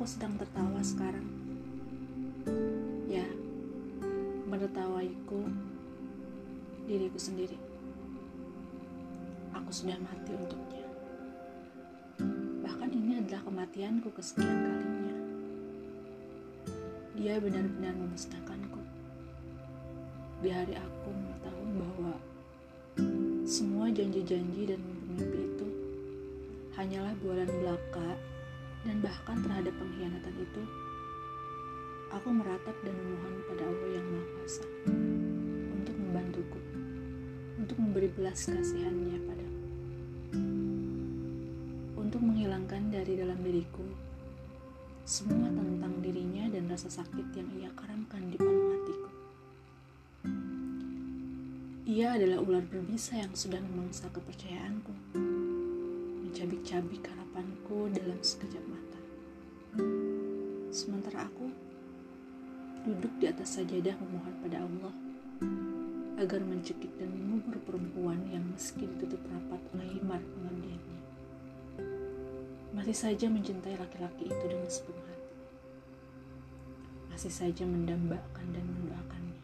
aku sedang tertawa sekarang. Ya, menertawaiku diriku sendiri. Aku sudah mati untuknya. Bahkan ini adalah kematianku kesekian kalinya. Dia benar-benar memusnahkanku. Di hari aku mengetahui bahwa semua janji-janji dan mimpi itu hanyalah bualan belaka, dan bahkan terhadap pengkhianatan itu, aku meratap dan memohon pada Allah yang Maha Kuasa untuk membantuku, untuk memberi belas kasihannya padaku, untuk menghilangkan dari dalam diriku semua tentang dirinya dan rasa sakit yang ia karamkan di palung hatiku. Ia adalah ular berbisa yang sudah memangsa kepercayaanku, mencabik-cabik harapanku dalam sekejap mata. Sementara aku duduk di atas sajadah memohon pada Allah agar mencekik dan mengubur perempuan yang meski ditutup rapat oleh himar pengabdiannya, masih saja mencintai laki-laki itu dengan sepenuh hati, masih saja mendambakan dan mendoakannya.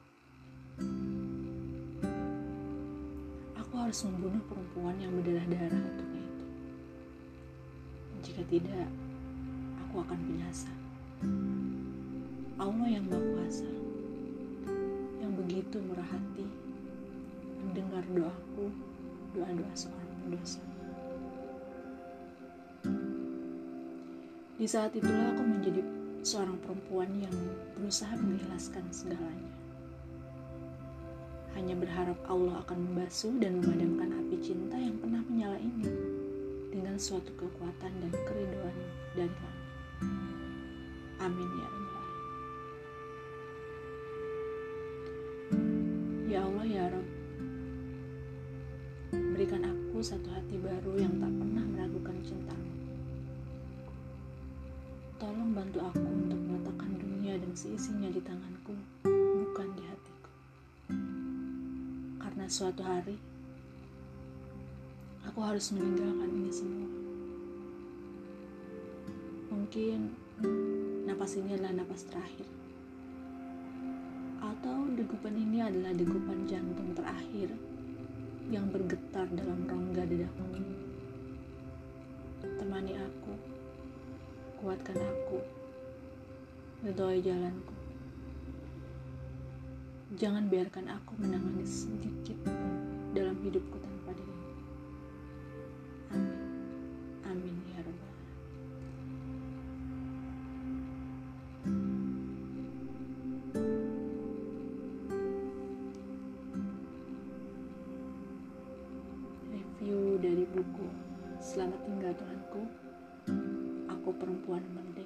Aku harus membunuh perempuan yang berdarah-darah untuknya itu. Jika tidak, aku akan binasa. Allah yang Maha Kuasa, yang begitu murah hati, mendengar doaku, doa-doa seorang pendosa. Di saat itulah aku menjadi seorang perempuan yang berusaha mengikhlaskan segalanya. Hanya berharap Allah akan membasuh dan memadamkan api cinta yang pernah menyala ini dengan suatu kekuatan dan keridhaan dari langit. Amin ya Rabbal Alamin. Ya Allah ya Rabb, berikan aku satu hati baru yang tak pernah meragukan cintamu. Tolong bantu aku untuk meletakkan dunia dan seisinya di tanganku, bukan di hatiku. Karena suatu hari, aku harus meninggalkan ini semua. Mungkin napas ini adalah napas terakhir. Atau degupan ini adalah degupan jantung terakhir yang bergetar dalam rongga dadaku ini. Temani aku, kuatkan aku, ridhoi jalanku. Jangan biarkan aku menangani sedikit pun dalam hidupku tanpa dirimu. Amin. Amin ya Rabbal Alamin. Review dari buku Selamat Tinggal Tuhanku, Aku Perempuan Merdeka.